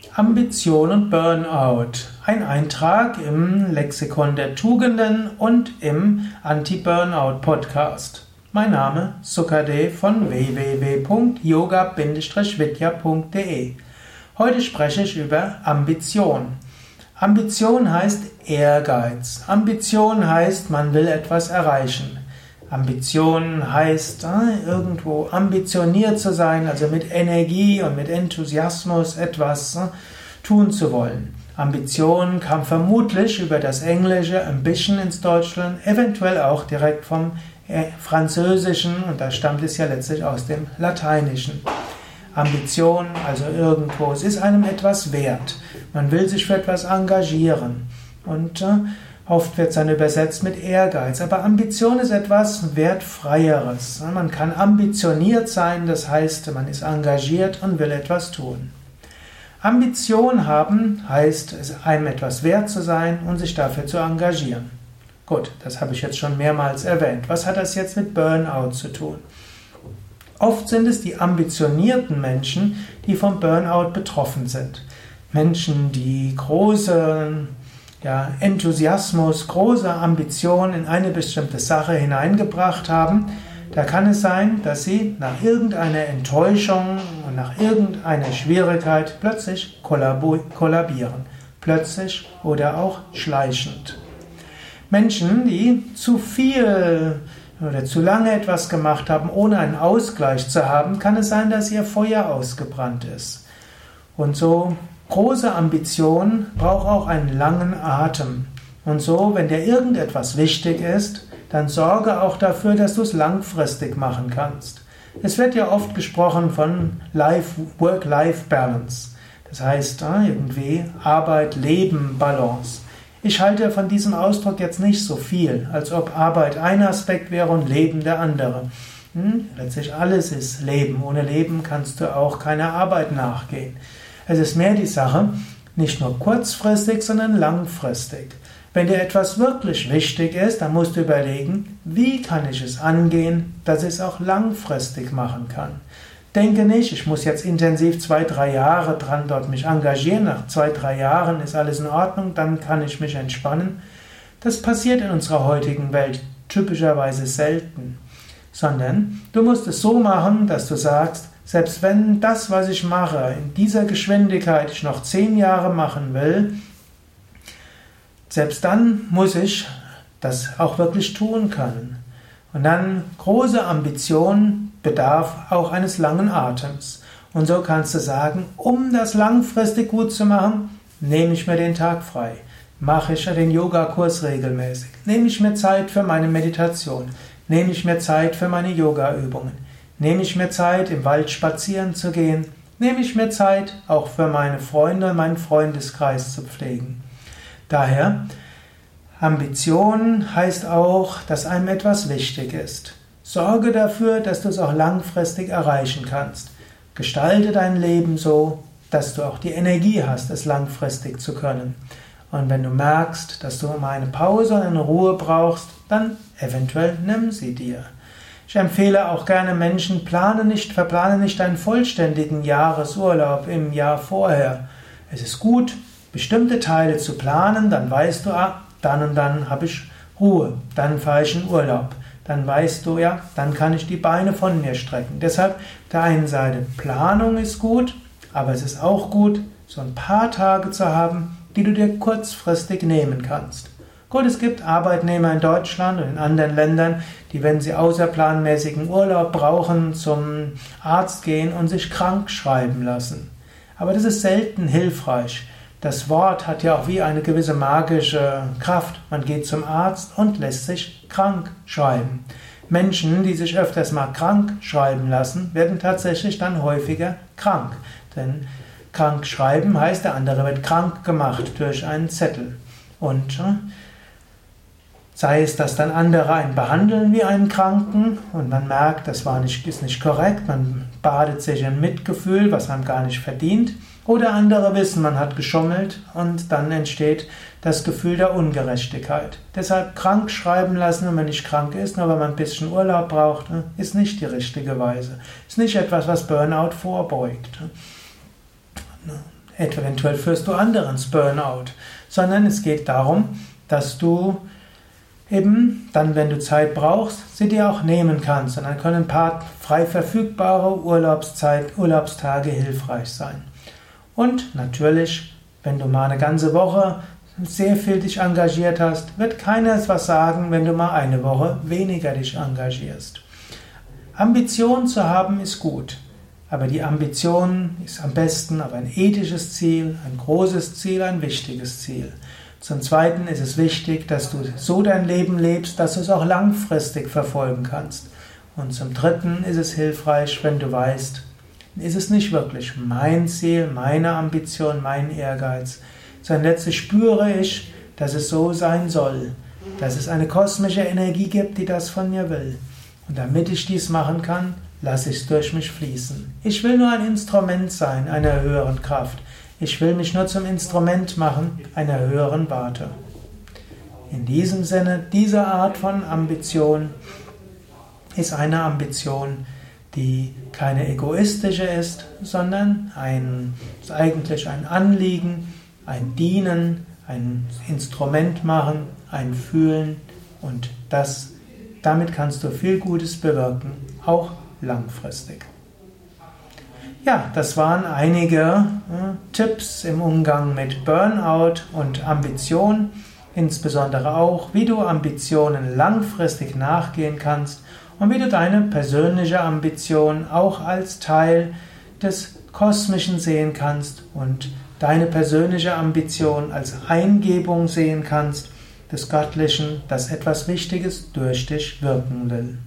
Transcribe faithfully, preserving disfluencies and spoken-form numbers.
Ambition und Burnout. Ein Eintrag im Lexikon der Tugenden und im Anti-Burnout-Podcast. Mein Name Sukadev von w w w punkt yoga vidya punkt de. Heute spreche ich über Ambition. Ambition heißt Ehrgeiz. Ambition heißt, man will etwas erreichen. Ambition heißt, äh, irgendwo ambitioniert zu sein, also mit Energie und mit Enthusiasmus etwas äh, tun zu wollen. Ambition kam vermutlich über das Englische Ambition ins Deutschland, eventuell auch direkt vom äh, Französischen, und da stammt es ja letztlich aus dem Lateinischen. Ambition, also irgendwo, es ist einem etwas wert. Man will sich für etwas engagieren. Und äh, oft wird es dann übersetzt mit Ehrgeiz. Aber Ambition ist etwas Wertfreieres. Man kann ambitioniert sein, das heißt, man ist engagiert und will etwas tun. Ambition haben heißt, es einem etwas wert zu sein und sich dafür zu engagieren. Gut, das habe ich jetzt schon mehrmals erwähnt. Was hat das jetzt mit Burnout zu tun? Oft sind es die ambitionierten Menschen, die vom Burnout betroffen sind. Menschen, die große ja, Enthusiasmus, große Ambition in eine bestimmte Sache hineingebracht haben. Da kann es sein, dass sie nach irgendeiner Enttäuschung und nach irgendeiner Schwierigkeit plötzlich kollabieren. Plötzlich oder auch schleichend. Menschen, die zu viel oder zu lange etwas gemacht haben, ohne einen Ausgleich zu haben, kann es sein, dass ihr Feuer ausgebrannt ist. Und so große Ambition braucht auch einen langen Atem. Und so, wenn dir irgendetwas wichtig ist, dann sorge auch dafür, dass du es langfristig machen kannst. Es wird ja oft gesprochen von Work-Life-Balance. Das heißt irgendwie Arbeit-Leben-Balance. Ich halte von diesem Ausdruck jetzt nicht so viel, als ob Arbeit ein Aspekt wäre und Leben der andere. Hm? Letztlich alles ist Leben. Ohne Leben kannst du auch keiner Arbeit nachgehen. Es ist mehr die Sache, nicht nur kurzfristig, sondern langfristig. Wenn dir etwas wirklich wichtig ist, dann musst du überlegen, wie kann ich es angehen, dass ich es auch langfristig machen kann. Denke nicht, ich muss jetzt intensiv zwei, drei Jahre dran dort mich engagieren. Nach zwei, drei Jahren ist alles in Ordnung, dann kann ich mich entspannen. Das passiert in unserer heutigen Welt typischerweise selten. Sondern du musst es so machen, dass du sagst, selbst wenn das, was ich mache, in dieser Geschwindigkeit ich noch zehn Jahre machen will, selbst dann muss ich das auch wirklich tun können. Und dann große Ambition bedarf auch eines langen Atems. Und so kannst du sagen, um das langfristig gut zu machen, nehme ich mir den Tag frei. Mache ich den Yogakurs regelmäßig. Nehme ich mir Zeit für meine Meditation. Nehme ich mir Zeit für meine Yogaübungen. Nehme ich mir Zeit, im Wald spazieren zu gehen. Nehme ich mir Zeit, auch für meine Freunde und meinen Freundeskreis zu pflegen. Daher, Ambition heißt auch, dass einem etwas wichtig ist. Sorge dafür, dass du es auch langfristig erreichen kannst. Gestalte dein Leben so, dass du auch die Energie hast, es langfristig zu können. Und wenn du merkst, dass du mal eine Pause und eine Ruhe brauchst, dann eventuell nimm sie dir. Ich empfehle auch gerne Menschen, plane nicht, verplane nicht einen vollständigen Jahresurlaub im Jahr vorher. Es ist gut, bestimmte Teile zu planen, dann weißt du, ah, dann und dann habe ich Ruhe, dann fahre ich in Urlaub. Dann weißt du, ja, dann kann ich die Beine von mir strecken. Deshalb, auf der einen Seite, Planung ist gut, aber es ist auch gut, so ein paar Tage zu haben, die du dir kurzfristig nehmen kannst. Gut, es gibt Arbeitnehmer in Deutschland und in anderen Ländern, die, wenn sie außerplanmäßigen Urlaub brauchen, zum Arzt gehen und sich krank schreiben lassen. Aber das ist selten hilfreich. Das Wort hat ja auch wie eine gewisse magische Kraft. Man geht zum Arzt und lässt sich krank schreiben. Menschen, die sich öfters mal krank schreiben lassen, werden tatsächlich dann häufiger krank. Denn krank schreiben heißt, der andere wird krank gemacht durch einen Zettel. Und sei es, dass dann andere einen behandeln wie einen Kranken und man merkt, das war nicht, ist nicht korrekt, man badet sich in Mitgefühl, was man gar nicht verdient. Oder andere wissen, man hat geschummelt und dann entsteht das Gefühl der Ungerechtigkeit. Deshalb krank schreiben lassen, wenn man nicht krank ist, nur wenn man ein bisschen Urlaub braucht, ist nicht die richtige Weise. Ist nicht etwas, was Burnout vorbeugt. eventuell führst du andere ins Burnout, sondern es geht darum, dass du eben dann, wenn du Zeit brauchst, sie dir auch nehmen kannst. Und dann können ein paar frei verfügbare Urlaubszeit, Urlaubstage hilfreich sein. Und natürlich, wenn du mal eine ganze Woche sehr viel dich engagiert hast, wird keiner was sagen, wenn du mal eine Woche weniger dich engagierst. Ambition zu haben ist gut, aber die Ambition ist am besten auf ein ethisches Ziel, ein großes Ziel, ein wichtiges Ziel. Zum Zweiten ist es wichtig, dass du so dein Leben lebst, dass du es auch langfristig verfolgen kannst. Und zum Dritten ist es hilfreich, wenn du weißt, ist es nicht wirklich mein Ziel, meine Ambition, mein Ehrgeiz, sondern letztlich spüre ich, dass es so sein soll, dass es eine kosmische Energie gibt, die das von mir will. Und damit ich dies machen kann, lasse ich es durch mich fließen. Ich will nur ein Instrument sein einer höheren Kraft. Ich will mich nur zum Instrument machen einer höheren Warte. In diesem Sinne, diese Art von Ambition ist eine Ambition, die keine egoistische ist, sondern ein, ist eigentlich ein Anliegen, ein Dienen, ein Instrument machen, ein Fühlen, und das, damit kannst du viel Gutes bewirken, auch langfristig. Ja, das waren einige äh, Tipps im Umgang mit Burnout und Ambition, insbesondere auch, wie du Ambitionen langfristig nachgehen kannst und wie du deine persönliche Ambition auch als Teil des Kosmischen sehen kannst und deine persönliche Ambition als Eingebung sehen kannst des Göttlichen, das etwas Wichtiges durch dich wirken will.